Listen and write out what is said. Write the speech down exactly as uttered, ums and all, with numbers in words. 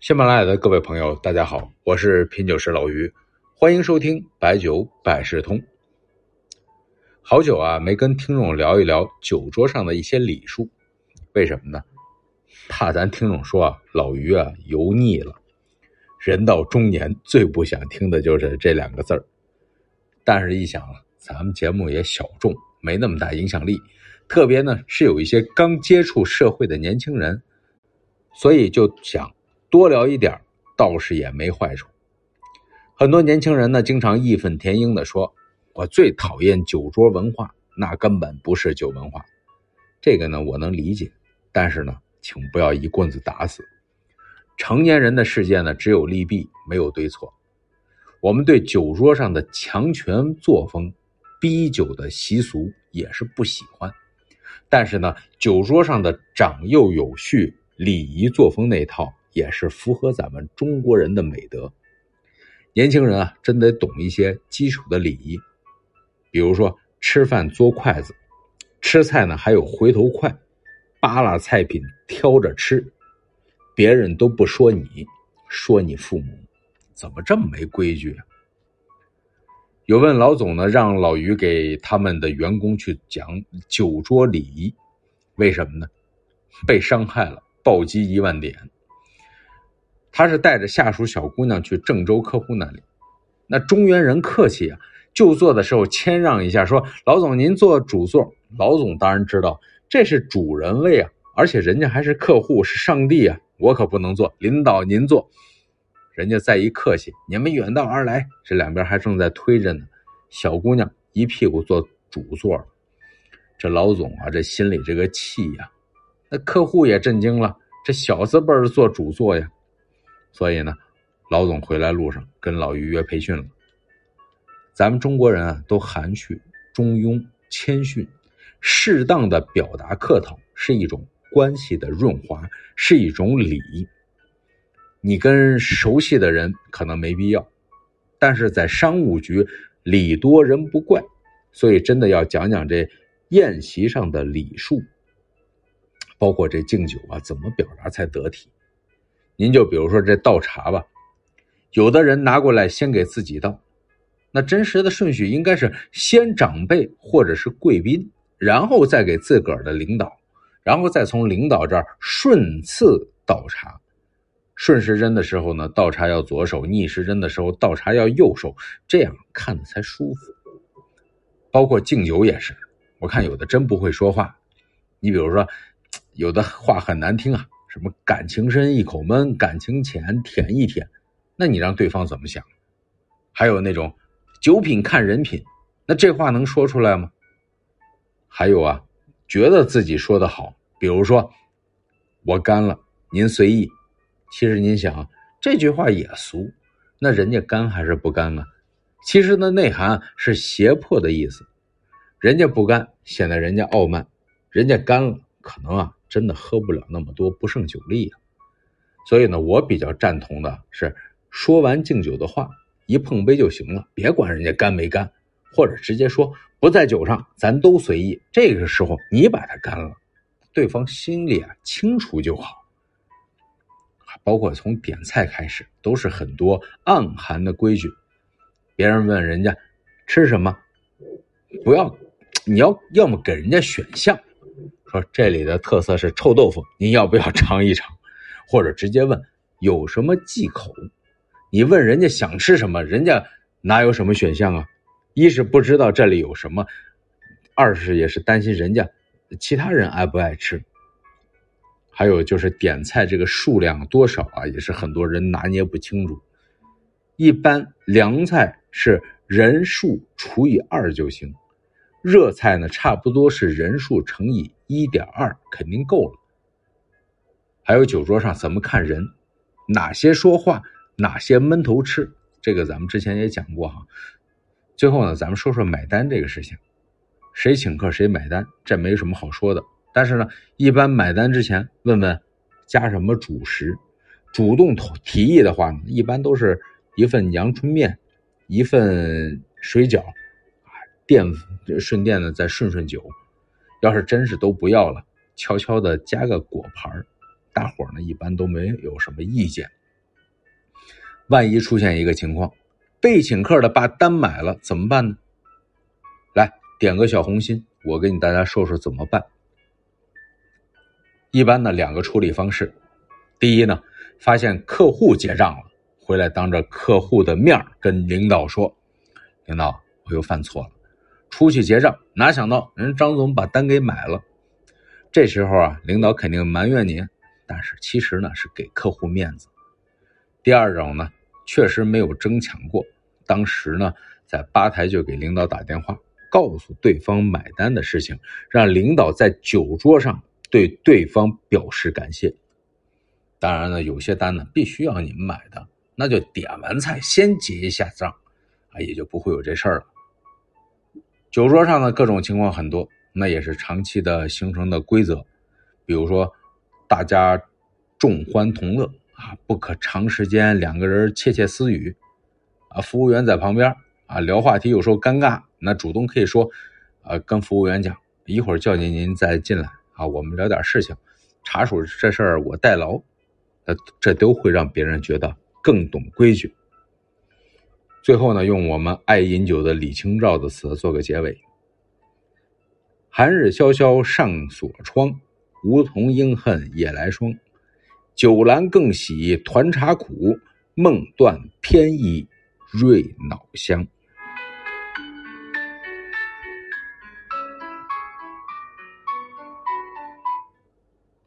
喜马拉雅的各位朋友大家好，我是品酒师老于，欢迎收听白酒百事通。好久啊没跟听众聊一聊酒桌上的一些礼数，为什么呢？怕咱听众说啊老于啊油腻了，人到中年最不想听的就是这两个字儿。但是一想啊咱们节目也小众，没那么大影响力，特别呢是有一些刚接触社会的年轻人，所以就想多聊一点，倒是也没坏处。很多年轻人呢经常义愤填膺地说，我最讨厌酒桌文化，那根本不是酒文化。这个呢我能理解，但是呢请不要一棍子打死。成年人的世界呢只有利弊，没有对错。我们对酒桌上的强权作风、逼酒的习俗也是不喜欢，但是呢酒桌上的长幼有序、礼仪作风那套也是符合咱们中国人的美德。年轻人啊真得懂一些基础的礼仪，比如说吃饭嘬筷子，吃菜呢还有回头筷，扒拉菜品挑着吃，别人都不说你，说你父母，怎么这么没规矩啊？有问老总呢让老于给他们的员工去讲酒桌礼仪，为什么呢？被伤害了，暴击一万点。他是带着下属小姑娘去郑州客户那里，那中原人客气啊，就坐的时候谦让一下，说老总您坐主座。老总当然知道这是主人位啊，而且人家还是客户，是上帝啊，我可不能坐，领导您坐。人家再一客气，你们远道而来，这两边还正在推着呢，小姑娘一屁股坐主座了。这老总啊这心里这个气呀，那客户也震惊了，这小字辈儿坐主座呀。所以呢老总回来路上跟老于约培训了。咱们中国人啊都含蓄、中庸、谦逊，适当的表达客套是一种关系的润滑，是一种礼。你跟熟悉的人可能没必要，但是在商务局礼多人不怪，所以真的要讲讲这宴席上的礼数，包括这敬酒啊怎么表达才得体。您就比如说这倒茶吧，有的人拿过来先给自己倒，那真实的顺序应该是先长辈或者是贵宾，然后再给自个儿的领导，然后再从领导这儿顺次倒茶。顺时针的时候呢倒茶要左手，逆时针的时候倒茶要右手，这样看着才舒服。包括敬酒也是，我看有的真不会说话，你比如说有的话很难听啊，什么感情深一口闷，感情浅舔一舔，那你让对方怎么想？还有那种酒品看人品，那这话能说出来吗？还有啊，觉得自己说的好，比如说我干了，您随意。其实您想这句话也俗，那人家干还是不干呢？其实的内涵是胁迫的意思，人家不干显得人家傲慢，人家干了可能啊真的喝不了那么多，不胜酒力啊。所以呢我比较赞同的是说完敬酒的话一碰杯就行了，别管人家干没干，或者直接说不在酒上咱都随意，这个时候你把它干了，对方心里啊清楚就好。包括从点菜开始都是很多暗含的规矩，别人问人家吃什么，不要你要要么给人家选项，说这里的特色是臭豆腐，您要不要尝一尝，或者直接问有什么忌口。你问人家想吃什么，人家哪有什么选项啊？一是不知道这里有什么，二是也是担心人家其他人爱不爱吃。还有就是点菜这个数量多少啊，也是很多人拿捏不清楚。一般凉菜是人数除以二就行，热菜呢差不多是人数乘以 一点二 肯定够了。还有酒桌上怎么看人，哪些说话，哪些闷头吃，这个咱们之前也讲过哈。最后呢咱们说说买单这个事情，谁请客谁买单，这没什么好说的。但是呢一般买单之前问问加什么主食，主动提议的话呢一般都是一份阳春面，一份水饺，垫顺便呢再顺顺酒。要是真是都不要了，悄悄的加个果盘，大伙呢一般都没有什么意见。 万一出现一个情况，被请客的把单买了怎么办呢？来，点个小红心，我给你大家说说怎么办。一般的两个处理方式。第一呢，发现客户结账了，回来当着客户的面跟领导说，领导，我又犯错了，出去结账，哪想到人张总把单给买了。这时候啊，领导肯定埋怨你，但是其实呢是给客户面子。第二种呢，确实没有争抢过，当时呢在吧台就给领导打电话，告诉对方买单的事情，让领导在酒桌上对对方表示感谢。当然呢，有些单呢必须要你们买的，那就点完菜先结一下账啊，也就不会有这事儿了。酒桌上的各种情况很多，那也是长期的形成的规则。比如说大家众欢同乐啊，不可长时间两个人窃窃私语啊，服务员在旁边啊聊话题，有时候尴尬，那主动可以说啊，跟服务员讲，一会儿叫您您再进来啊，我们聊点事情，茶水这事儿我代劳。这都会让别人觉得更懂规矩。最后呢，用我们爱饮酒的李清照的词做个结尾。寒日萧萧上锁窗，梧桐应恨夜来霜。酒阑更喜团茶苦，梦断偏倚瑞脑香。